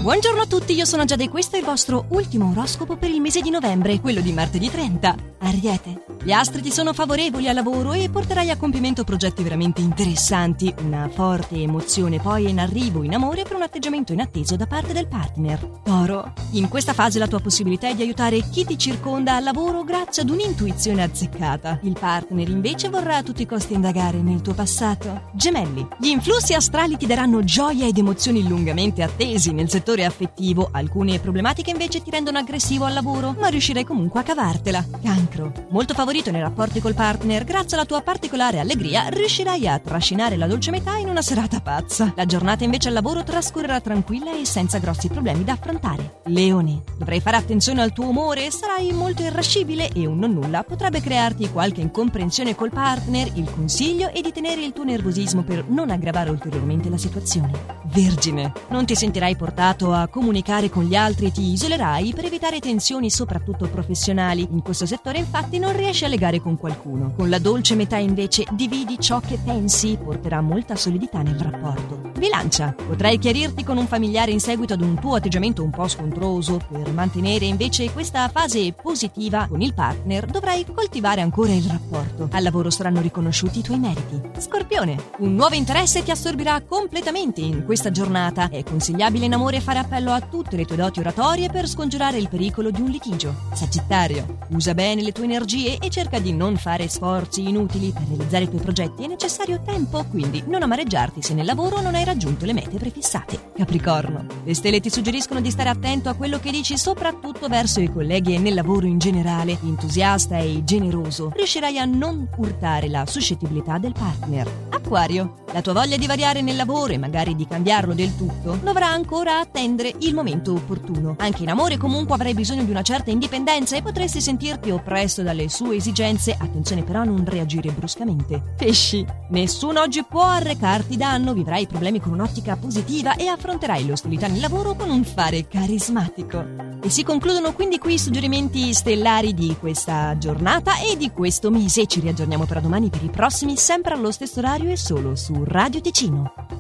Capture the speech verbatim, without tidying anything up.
Buongiorno a tutti, io sono Giada e questo è il vostro ultimo oroscopo per il mese di novembre, quello di martedì trenta. Ariete, gli astri ti sono favorevoli al lavoro e porterai a compimento progetti veramente interessanti. Una forte emozione poi è in arrivo in amore per un atteggiamento inatteso da parte del partner. Toro, in questa fase la tua possibilità è di aiutare chi ti circonda al lavoro grazie ad un'intuizione azzeccata. Il partner invece vorrà a tutti i costi indagare nel tuo passato. Gemelli, gli influssi astrali ti daranno gioia ed emozioni lungamente attesi nel settore affettivo. Alcune problematiche invece ti rendono aggressivo al lavoro, ma riuscirai comunque a cavartela. Cancro, molto favorito nei rapporti col partner, grazie alla tua particolare allegria riuscirai a trascinare la dolce metà in una serata pazza. La giornata invece al lavoro trascorrerà tranquilla e senza grossi problemi da affrontare. Leone, dovrai fare attenzione al tuo umore, sarai molto irascibile e un nonnulla potrebbe crearti qualche incomprensione col partner. Il consiglio è di tenere il tuo nervosismo per non aggravare ulteriormente la situazione. Vergine, non ti sentirai portato a comunicare con gli altri e ti isolerai per evitare tensioni soprattutto professionali. In questo settore infatti non riesci a legare con qualcuno. Con la dolce metà invece dividi ciò che pensi, porterà molta solidità nel rapporto. Bilancia, potrai chiarirti con un familiare in seguito ad un tuo atteggiamento un po' scontroso. Per mantenere invece questa fase positiva con il partner dovrai coltivare ancora il rapporto. Al lavoro saranno riconosciuti i tuoi meriti. Scorpione, un nuovo interesse ti assorbirà completamente in questa giornata. È consigliabile in amore fare appello a tutte le tue doti oratorie per scongiurare il pericolo di un litigio. Sagittario, usa bene le tue energie e cerca di non fare sforzi inutili. Per realizzare i tuoi progetti è necessario tempo, quindi non amareggiarti se nel lavoro non hai raggiunto le mete prefissate. Capricorno, le stelle ti suggeriscono di stare attento a quello che dici, soprattutto verso i colleghi e nel lavoro in generale. Entusiasta e generoso, riuscirai a non urtare la suscettibilità del partner. Acquario, la tua voglia di variare nel lavoro e magari di cambiarlo del tutto dovrà ancora attendere il momento opportuno. Anche in amore comunque avrai bisogno di una certa indipendenza e potresti sentirti oppresso dalle sue esigenze. Attenzione però a non reagire bruscamente. Pesci, nessuno oggi può arrecarti danno, vivrai problemi con un'ottica positiva e affronterai le ostilità nel lavoro con un fare carismatico. E si concludono quindi qui i suggerimenti stellari di questa giornata e di questo mese. Ci riaggiorniamo per domani per i prossimi, sempre allo stesso orario e solo su Radio Ticino.